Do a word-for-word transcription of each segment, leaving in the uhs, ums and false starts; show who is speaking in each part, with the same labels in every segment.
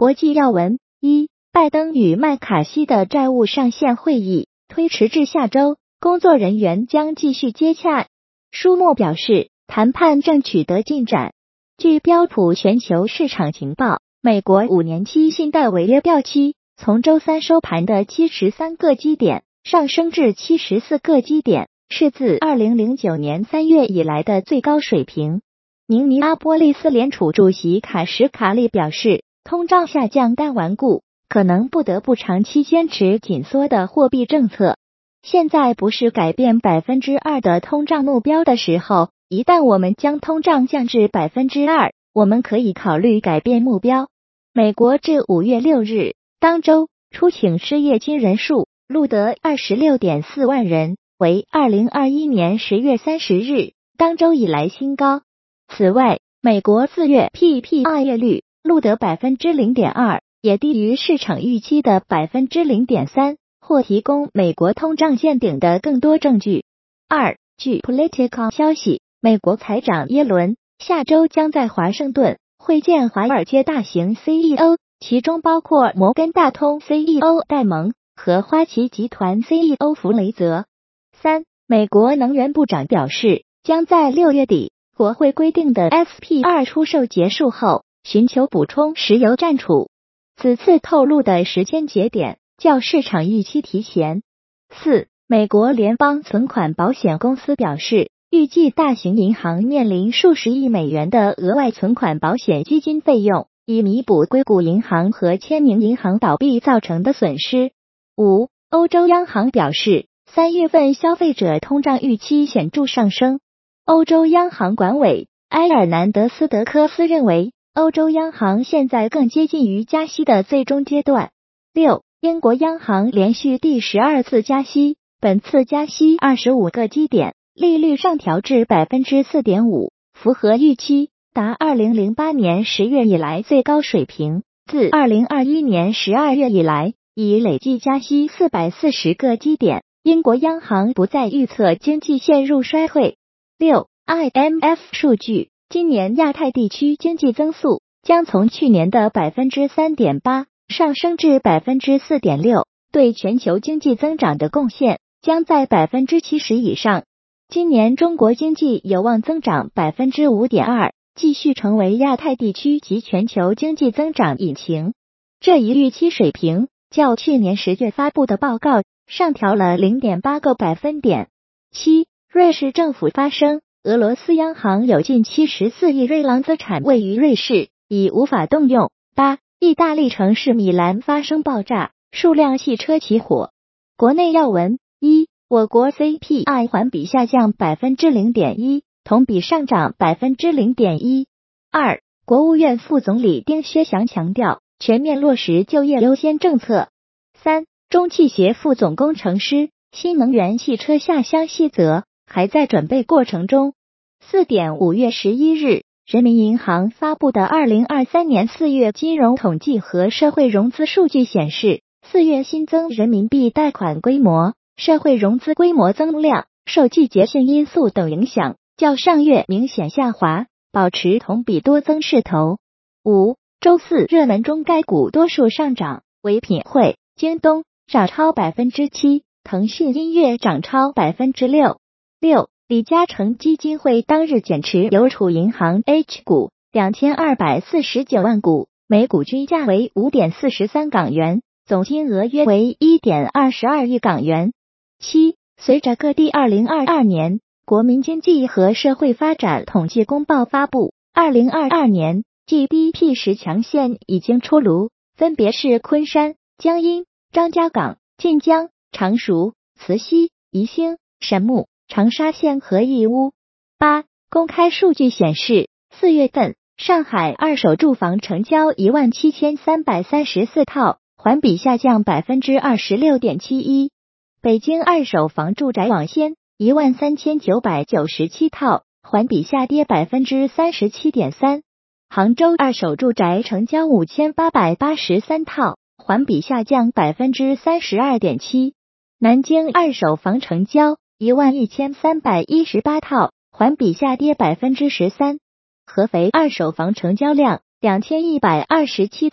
Speaker 1: 国际要闻：一、拜登与麦卡锡的债务上限会议推迟至下周，工作人员将继续接洽。舒默表示，谈判正取得进展。据标普全球市场情报，美国五年期信贷违约掉期从周三收盘的七十三个基点上升至七十四个基点，是自二零零九年三月以来的最高水平。明尼阿波利斯联储主席卡什卡利表示，通胀下降但顽固，可能不得不长期坚持紧缩的货币政策。现在不是改变 百分之二 的通胀目标的时候，一旦我们将通胀降至 百分之二， 我们可以考虑改变目标。美国至五月六日当周出请失业金人数录得 二十六点四万人，为二零二一年十月三十日当周以来新高。此外，美国四月 P P I 月率录得 百分之零点二， 也低于市场预期的 百分之零点三， 或提供美国通胀见顶的更多证据。二、据 Politico 消息，美国财长耶伦下周将在华盛顿会见华尔街大型 C E O， 其中包括摩根大通 C E O 戴蒙和花旗集团 C E O 弗雷泽。三、美国能源部长表示，将在六月底国会规定的 S P 二 出售结束后，寻求补充石油占储。此次透露的时间节点较市场预期提前。四、美国联邦存款保险公司表示，预计大型银行面临数十亿美元的额外存款保险基金费用，以弥补硅谷银行和千名银行倒闭造成的损失。五、欧洲央行表示，三月份消费者通胀预期显著上升。欧洲央行管委埃尔南德斯德科斯认为，欧洲央行现在更接近于加息的最终阶段。六、英国央行连续第十二次加息，本次加息二十五个基点，利率上调至 百分之四点五， 符合预期，达二零零八年十月以来最高水平，自二零二一年十二月以来，已累计加息四百四十个基点。英国央行不再预测经济陷入衰退。六、I M F 数据，今年亚太地区经济增速将从去年的 百分之三点八 上升至 百分之四点六， 对全球经济增长的贡献将在 百分之七十 以上。今年中国经济有望增长 百分之五点二， 继续成为亚太地区及全球经济增长引擎。这一预期水平较去年十月发布的报告上调了 零点八 个百分点。七、瑞士政府发声，俄罗斯央行有近七十四亿瑞郎资产位于瑞士，已无法动用。八、意大利城市米兰发生爆炸，数辆汽车起火。国内要闻：一、我国 C P I 环比下降 百分之零点一， 同比上涨 百分之零点一。二、国务院副总理丁薛祥强调，全面落实就业优先政策。三、中汽协副总工程师，新能源汽车下乡细则还在准备过程中。四点五月十一日，人民银行发布的二零二三年四月金融统计和社会融资数据显示，四月新增人民币贷款规模、社会融资规模增量受季节性因素等影响，较上月明显下滑，保持同比多增势头。五、周四热门中概股多数上涨，唯品会、京东涨超 百分之七， 腾讯音乐涨超 百分之六。六、李嘉诚基金会当日减持邮储银行 H 股两千二百四十九万股，每股均价为 五点四三港元，总金额约为 一点二二亿港元。七、随着各地二零二二年国民经济和社会发展统计公报发布，二零二二年 G D P 十强县已经出炉，分别是昆山、江阴、张家港、晋江、常熟、慈溪、宜兴、神木、长沙县和义乌。八、公开数据显示，四月份上海二手住房成交一万七千三百三十四套，环比下降 百分之二十六点七一。北京二手房住宅网先一万三千九百九十七套，环比下跌 百分之三十七点三。杭州二手住宅成交五千八百八十三套，环比下降 百分之三十二点七。南京二手房成交一万一千三百一十八套，环比下跌 百分之十三。合肥二手房成交量两千一百二十七套，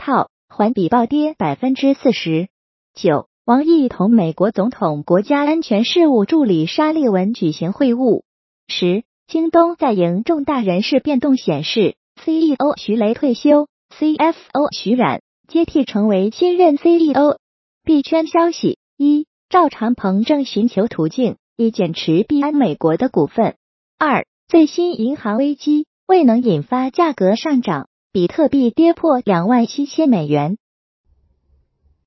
Speaker 1: 环比暴跌 百分之四十。九、王毅同美国总统国家安全事务助理沙利文举行会晤。十、京东在营重大人事变动显示 ，C E O 徐雷退休 ，C F O 徐冉接替成为新任 C E O。币圈消息：一、赵长鹏正寻求途径以减持币安美国的股份。二、最新银行危机未能引发价格上涨，比特币跌破两万七千美元。